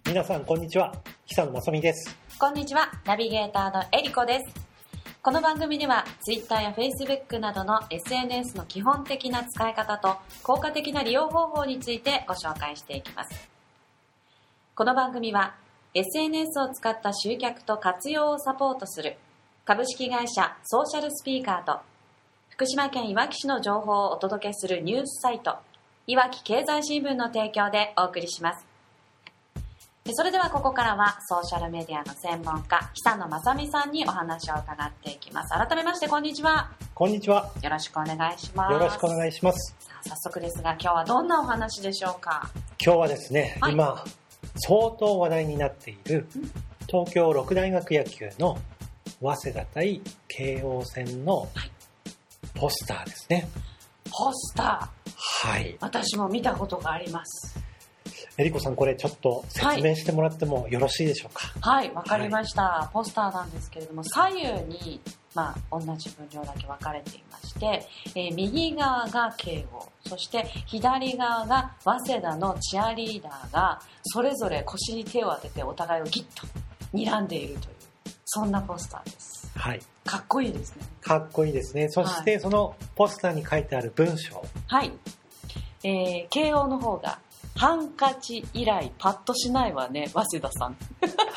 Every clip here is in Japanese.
皆さんこんにちは、久野正美です。 こんにちは、ナビゲーターのえりこです。この番組では Twitter や Facebook などの SNS の基本的な使い方と効果的な利用方法についてご紹介していきます。この番組は SNS を使った集客と活用をサポートする株式会社ソーシャルスピーカーと福島県いわき市の情報をお届けするニュースサイトいわき経済新聞の提供でお送りします。それではここからはソーシャルメディアの専門家久野正美さんにお話を伺っていきます。改めましてこんにちは。 こんにちは。 よろしくお願いします。 よろしくお願いします。 さあ早速ですが今日はどんなお話でしょうか。 今日はですね、 はい、 今相当話題になっている東京六大学野球の早稲田対慶応戦のポスターですね。 ポスター、 はい、 私も見たことがあります。 えりこさん、これちょっと説明してもらってもよろしいでしょうか。 はい、わかりました、はい。ポスターなんですけれども左右に、同じ分量だけ分かれていまして、右側が慶応、そして左側が早稲田のチアリーダーがそれぞれ腰に手を当ててお互いをギッと睨んでいるというそんなポスターです。 はい、 かっこいいですね。 かっこいいですね。そしてそのポスターに書いてある文章、 はい、慶応の方がハンカチ以来パッとしないわね早稲田さん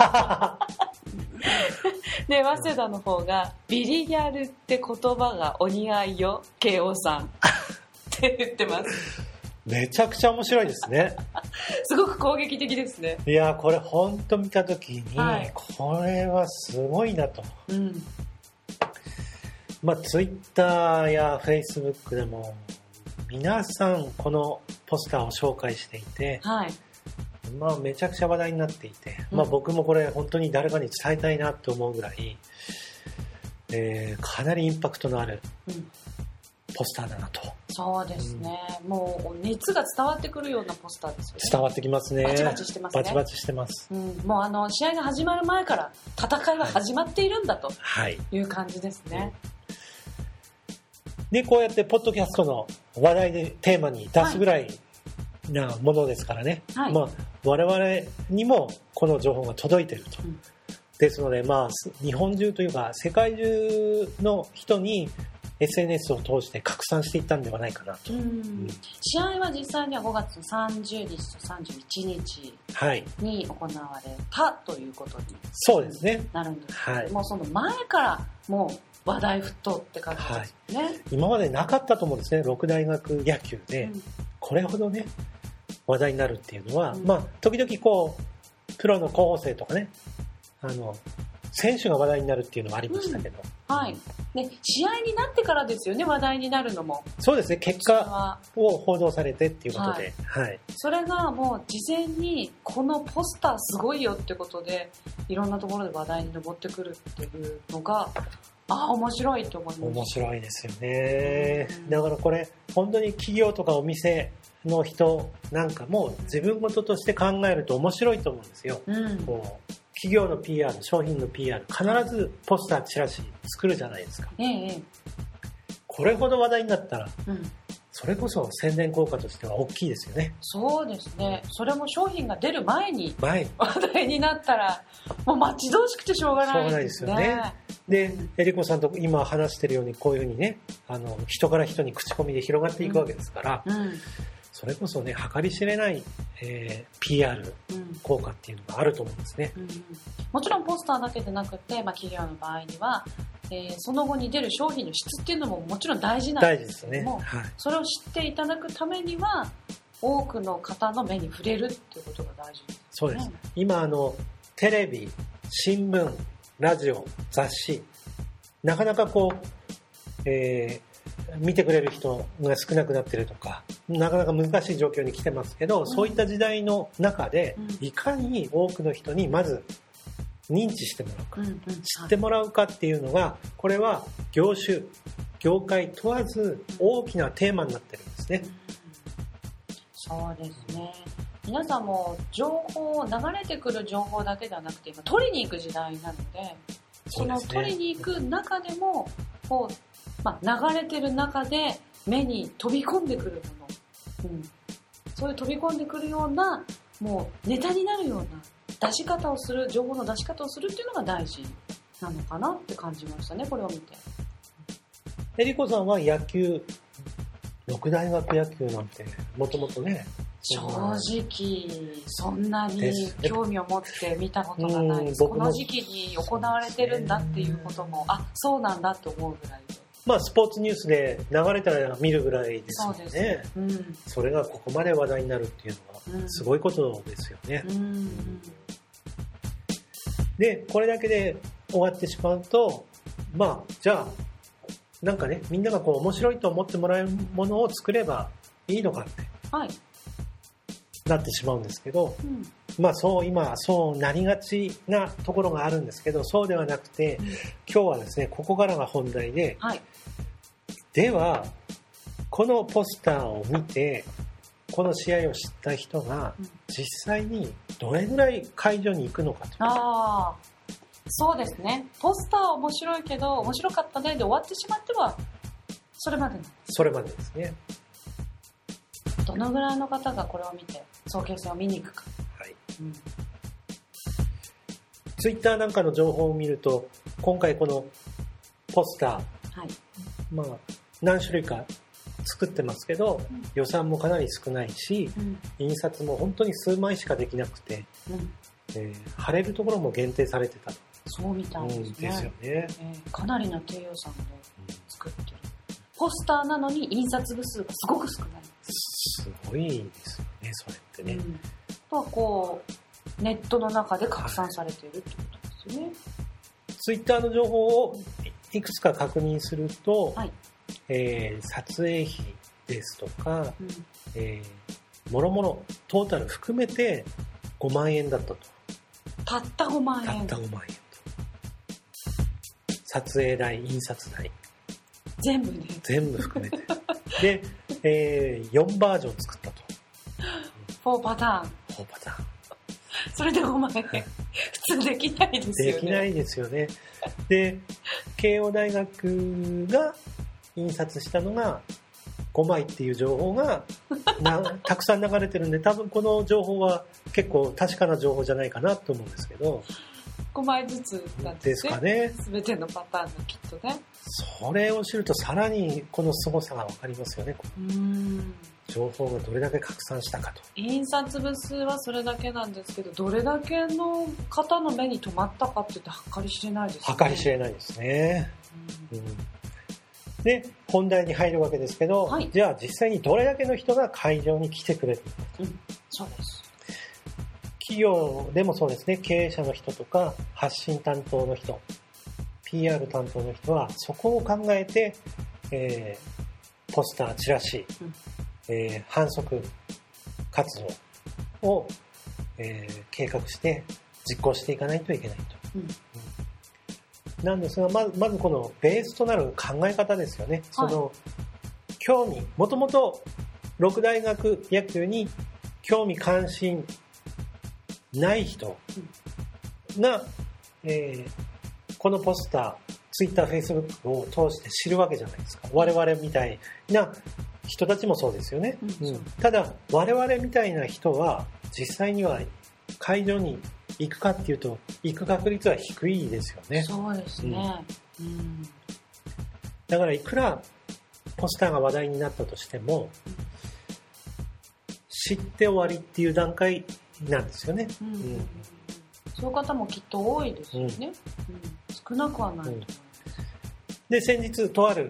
で早稲田の方がビリギャルって言葉がお似合いよ慶応さんって言ってます。 めちゃくちゃ面白いですね。 すごく攻撃的ですね。 いやこれ本当見た時に、 はい、 これはすごいなと、 ツイッターやフェイスブックでも皆さんこのポスターを紹介していて、 はい、 めちゃくちゃ話題になっていて、僕もこれ本当に誰かに伝えたいなと思うぐらい、かなりインパクトのあるポスターだなと。 そうですね、もう熱が伝わってくるようなポスターですよね。 伝わってきますね。 バチバチしてますね。 バチバチしてます、 もう試合が始まる前から戦いは始まっているんだという感じですね。 でこうやってポッドキャストの話題でテーマに出すぐらいなものですからね、はい、我々にもこの情報が届いていると、ですので日本中というか世界中の人に SNS を通して拡散していったんではないかなと。 試合は実際には5月30日と31日に行われたということになるんですけども、その前からもう話題沸騰って感じですね、 今までなかったと思うんですね。六大学野球でこれほどね話題になるっていうのは、時々こうプロの候補生とかね選手が話題になるっていうのはありましたけど、 で試合になってからですよね話題になるのも。 そうですね、結果を報道されてっていうことで、 それがもう事前にこのポスターすごいよってことでいろんなところで話題に上ってくるっていうのが面白いと思います。 面白いですよね。だからこれ本当に企業とかお店の人なんかも自分事として考えると面白いと思うんですよ、こう企業の PR、 商品の PR 必ずポスターチラシ作るじゃないですか、これほど話題になったら、それこそ宣伝効果としては大きいですよね。 そうですね。それも商品が出る前に話題になったらもう待ち遠しくてしょうがないですね。 そうなんですよね。でえりこさんと今話してるようにこういうふうにね人から人に口コミで広がっていくわけですから、それこそね計り知れない、PR 効果っていうのがあると思うんですね、 もちろんポスターだけでなくて、企業の場合には、その後に出る商品の質っていうのももちろん大事なんですけども、それを知っていただくためには多くの方の目に触れるっていうことが大事ですね。 そうです。今テレビ、新聞、ラジオ、雑誌なかなかこう、見てくれる人が少なくなってるとかなかなか難しい状況に来てますけど、そういった時代の中で、いかに多くの人にまず認知してもらうか、知ってもらうかっていうのがこれは業種業界問わず大きなテーマになってるんですね、 そうですね。皆さんも情報流れてくる情報だけではなくて今取りに行く時代なので、その取りに行く中でもこう流れてる中で目に飛び込んでくるもの、そういう飛び込んでくるようなもうネタになるような出し方をする、情報の出し方をするっていうのが大事なのかなって感じましたね、これを見て。 えりこさんは野球、六大学野球なんてもともとね、 正直そんなに興味を持って見たことがないです。この時期に行われてるんだっていうことも、あ、そうなんだと思うぐらいで。 まあスポーツニュースで流れたら見るぐらいですよね。 そうです、うん、 それがここまで話題になるっていうのはすごいことですよね。でこれだけで終わってしまうと、まあじゃあなんかね、みんながこう面白いと思ってもらえるものを作ればいいのかって、はい、なってしまうんですけど、まあ今そうなりがちなところがあるんですけど、そうではなくて、今日はですね、ここからが本題で、はい、ではこのポスターを見てこの試合を知った人が実際にどれぐらい会場に行くのかと。 ああ、そうですね。ポスター面白いけど面白かったねで終わってしまってはそれまでなんです。 それまでですね。 どのぐらいの方がこれを見て早慶戦を見に行くか。はい。 ツイッターなんかの情報を見ると、今回このポスター、はい、まあ何種類か作ってますけど、予算もかなり少ないし、印刷も本当に数枚しかできなくて、貼れるところも限定されてた。 そうみたいですね。 ですよね。 かなりな低予算で作ってる。ポスターなのに印刷部数がすごく少ない。 すごいですよね、それってね。 とこうネットの中で拡散されているってことですよね。 ツイッターの情報をいくつか確認すると、はい、撮影費ですとか、もろもろトータル含めて5万円だったと。 たった5万円。 たった5万円と。撮影代、印刷代。 全部ね。 全部含めて。で、4バージョン作ったと。 4パターン。 4パターン。 それで5万円。普通できないですよね。 できないですよね。で、慶応大学が印刷したのが5枚っていう情報がたくさん流れてるんで、多分この情報は結構確かな情報じゃないかなと思うんですけど、 5枚ずつなんですかね。全てのパターンがきっとね。 それを知るとさらにこの凄さが分かりますよね。情報がどれだけ拡散したかと。 印刷部数はそれだけなんですけど、どれだけの方の目に留まったかって言って計り知れないですね。 計り知れないですね。で、本題に入るわけですけど、はい、じゃあ実際にどれだけの人が会場に来てくれるのか。 そうです。 企業でもそうですね、経営者の人とか発信担当の人、PR 担当の人はそこを考えて、ポスター、チラシ、販促活動を、計画して実行していかないといけないと。なんですが、まずこのベースとなる考え方ですよね。その興味、もともと六大学野球に興味関心ない人が、このポスター、ツイッター、フェイスブックを通して知るわけじゃないですか。我々みたいな人たちもそうですよね。ただ我々みたいな人は実際には会場に行くかっていうと行く確率は低いですよね。 そうですね。 だからいくらポスターが話題になったとしても、知って終わりっていう段階なんですよね。 そういう方もきっと多いですよね。少なくはないと思います。 で、先日とある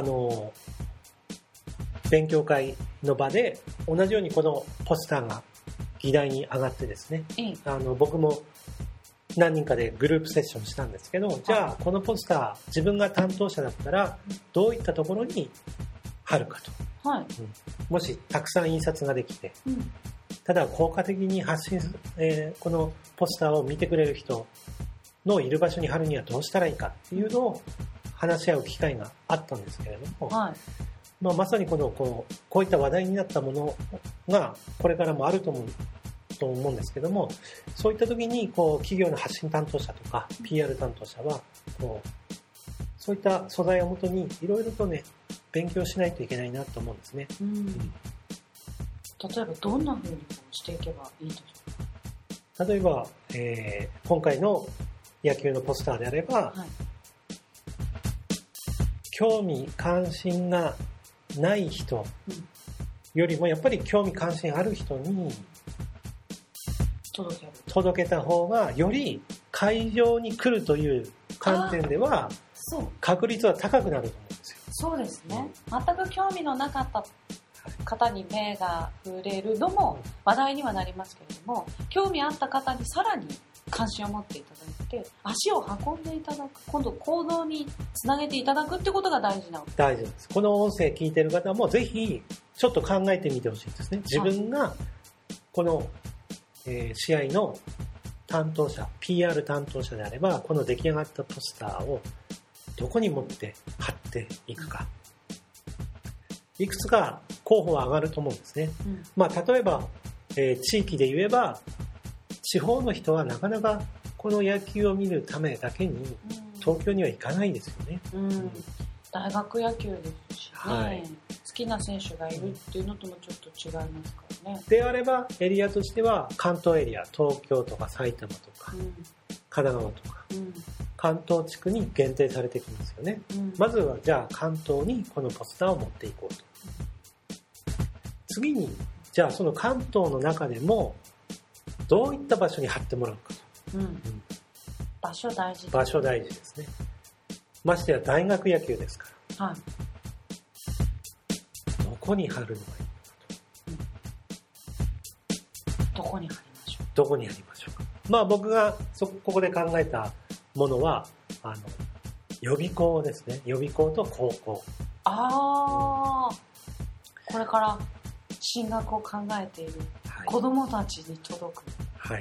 勉強会の場で同じようにこのポスターが議題に上がってですね、僕も何人かでグループセッションしたんですけど、じゃあこのポスター自分が担当者だったらどういったところに貼るかと、もしたくさん印刷ができて、ただ効果的に発信する、このポスターを見てくれる人のいる場所に貼るにはどうしたらいいかっていうのを話し合う機会があったんですけれども、まさにこういった話題になったものがこれからもあると思うんですけども、そういった時に企業の発信担当者とか PR 担当者はそういった素材をもとにいろいろとね勉強しないといけないなと思うんですね。 例えばどんな風にしていけばいいでしょうか？ 例えば、今回の野球のポスターであれば、 はい、 興味関心がない人よりもやっぱり興味関心ある人に届けた方がより会場に来るという観点では確率は高くなると思うんですよ。 そうですね。全く興味のなかった方に目が触れるのも話題にはなりますけれども、興味あった方にさらに関心を持っていただいて、足を運んでいただく、今度行動につなげていただくってことが大事なの。 大事です。この音声聞いてる方もぜひちょっと考えてみてほしいですね。自分がこの、試合の担当者、PR 担当者であれば、この出来上がったポスターをどこに持って貼っていくか。いくつか候補は上がると思うんですね。まあ、例えば、地域で言えば、地方の人はなかなかこの野球を見るためだけに東京には行かないですよね。 大学野球ですしね、 はい、 好きな選手がいるっていうのともちょっと違いますからね。 であればエリアとしては関東エリア、東京とか埼玉とか、神奈川とか、関東地区に限定されてきますよね。まずはじゃあ関東にこのポスターを持っていこうと。次にじゃあその関東の中でもどういった場所に貼ってもらうかと。 場所大事です。 場所大事ですね。ましてや大学野球ですから。 はい。 どこに貼るのがいいのかと。どこに貼りましょう。 どこに貼りましょうか。まあ僕がここで考えたものは予備校ですね。予備校と高校。 これから進学を考えている子どもたちに届く。 はい。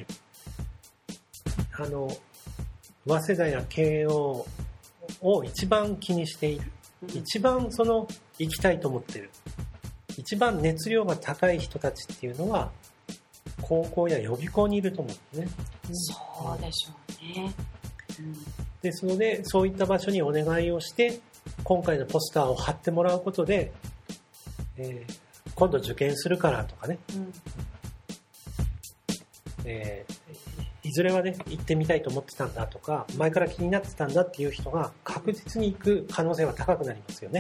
早稲田や慶応を一番気にしている、一番行きたいと思っている、一番熱量が高い人たちっていうのは高校や予備校にいると思うんですね。 そうでしょうね。 ですのでそういった場所にお願いをして今回のポスターを貼ってもらうことで、今度受験するからとかね、いずれはね行ってみたいと思ってたんだとか前から気になってたんだっていう人が確実に行く可能性は高くなりますよね。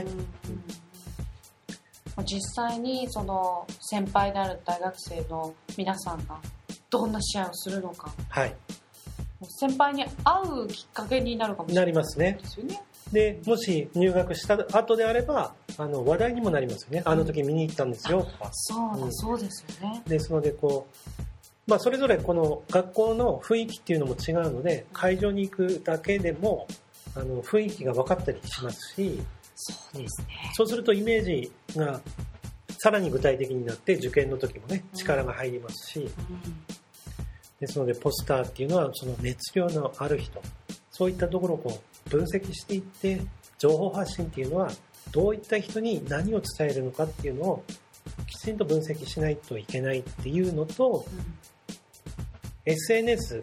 実際にその先輩である大学生の皆さんがどんな試合をするのか、 はい、 先輩に会うきっかけになるかもしれないですよね。 でもし入学した後であれば話題にもなりますよね。あの時見に行ったんですよとか。 そうですよね。 ですのでそれぞれこの学校の雰囲気っていうのも違うので会場に行くだけでも雰囲気が分かったりしますし、 そうですね。 そうするとイメージがさらに具体的になって受験の時もね力が入りますし、ですのでポスターっていうのはその熱量のある人、そういったところを分析していって情報発信っていうのはどういった人に何を伝えるのかっていうのをきちんと分析しないといけないっていうのと、SNS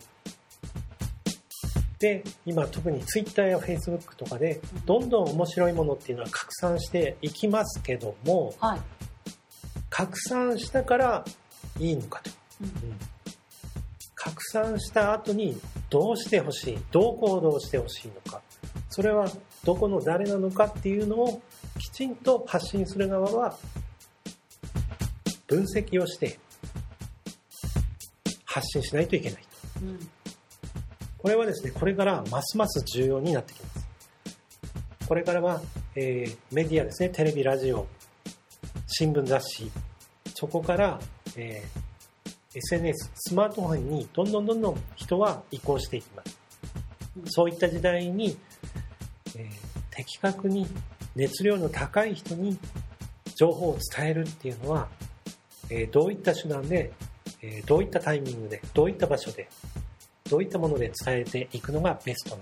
で今特に Twitter や Facebook とかでどんどん面白いものっていうのは拡散していきますけども、拡散したからいいのかと、拡散した後にどうしてほしい、どう行動してほしいのか、それはどこの誰なのかっていうのをきちんと発信する側は分析をして発信しないといけないと、これはですねこれからますます重要になってきます。これからは、メディアですね、テレビ、ラジオ、新聞、雑誌、そこから、SNS、スマートフォンにどんどん人は移行していきます。そういった時代に、的確に熱量の高い人に情報を伝えるっていうのは、どういった手段で、どういったタイミングで、どういった場所で、どういったもので伝えていくのがベストな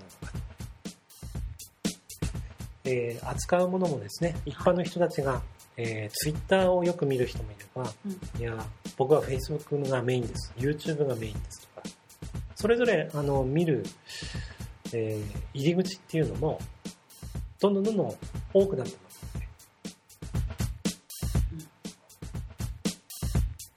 のか。扱うものもですね、一般の人たちが、Twitter をよく見る人もいれば、いや僕は Facebook がメインです、YouTube がメインですとか、それぞれ見る、入り口っていうのもどんどん多くなってますので、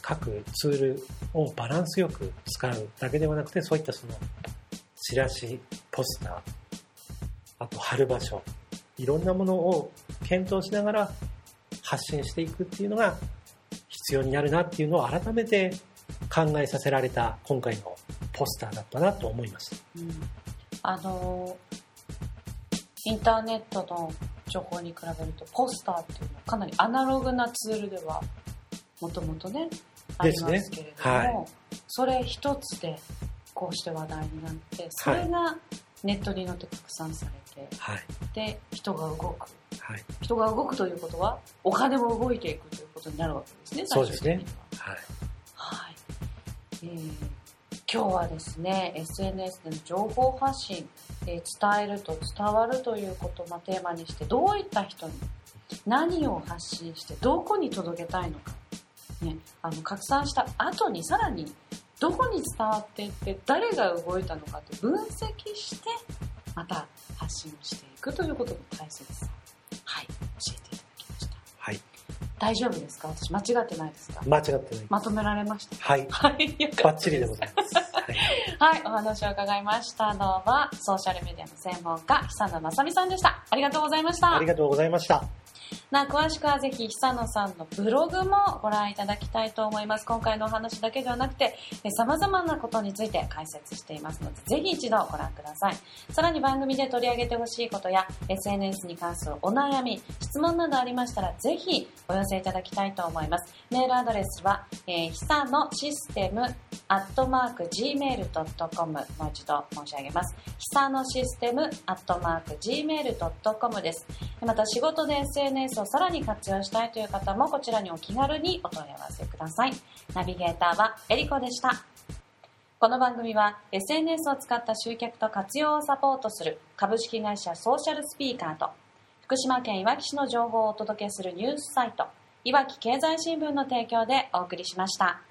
各ツールをバランスよく使うだけではなくて、そういったそのチラシ、ポスター、あと貼る場所、いろんなものを検討しながら発信していくっていうのが必要になるなっていうのを改めて考えさせられた今回のポスターだったなと思います。 インターネットの情報に比べるとポスターっていうのはかなりアナログなツールではもともとねありますけれども、はい、それ一つでこうして話題になって、それがネットに乗って拡散されて、はい、で人が動く、はい、人が動くということはお金も動いていくということになるわけですね。 そうですね。 はいはい。今日はですね SNS での情報発信、伝えると伝わるということをテーマにして、どういった人に何を発信してどこに届けたいのか、ね、拡散した後にさらにどこに伝わっていって誰が動いたのかって分析してまた発信していくということも大切です。はい、教えていただきました。はい。大丈夫ですか？私間違ってないですか？ 間違ってない。 まとめられました？ はい。 はい。 バッチリでございます。 はい、お話を伺いましたのはソーシャルメディアの専門家久野正美さんでした。ありがとうございました。 ありがとうございました。 詳しくはぜひ久野さんのブログもご覧いただきたいと思います。今回のお話だけではなくて様々なことについて解説していますので、ぜひ一度ご覧ください。さらに番組で取り上げてほしいことや SNS に関するお悩み、質問などありましたらぜひお寄せいただきたいと思います。メールアドレスは、久野システム@gmail.com、 もう一度申し上げます。久野システム@gmail.com です。また仕事で SNS をさらに活用したいという方もこちらにお気軽にお問い合わせください。ナビゲーターはエリコでした。この番組は SNS を使った集客と活用をサポートする株式会社ソーシャルスピーカーと福島県いわき市の情報をお届けするニュースサイトいわき経済新聞の提供でお送りしました。